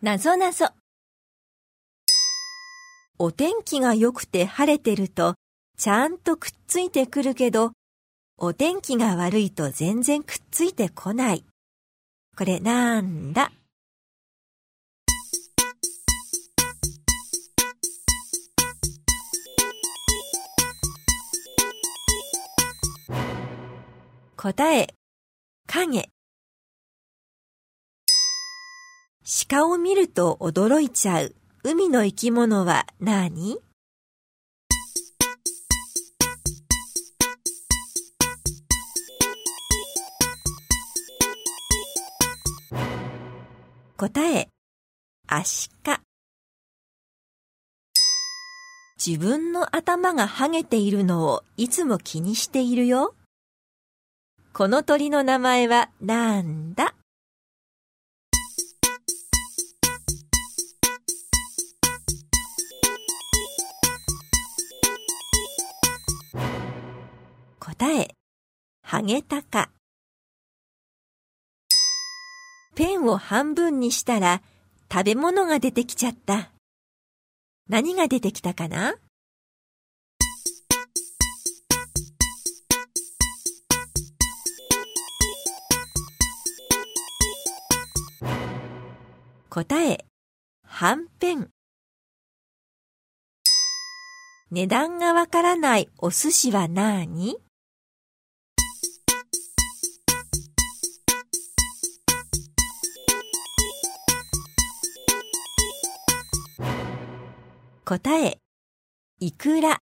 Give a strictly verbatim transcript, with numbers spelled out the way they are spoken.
なぞなぞ。お天気が良くて晴れてるとちゃんとくっついてくるけど、お天気が悪いと全然くっついてこない。これなんだ？答え、影。鹿を見ると驚いちゃう海の生き物は何？答え、アシカ。自分の頭がはげているのをいつも気にしているよ。この鳥の名前はなんだ？答え、ハゲタカ。ペンを半分にしたら食べ物が出てきちゃった。何が出てきたかな？答え、はんぺん。値段がわからないお寿司はなに？答え、いくら。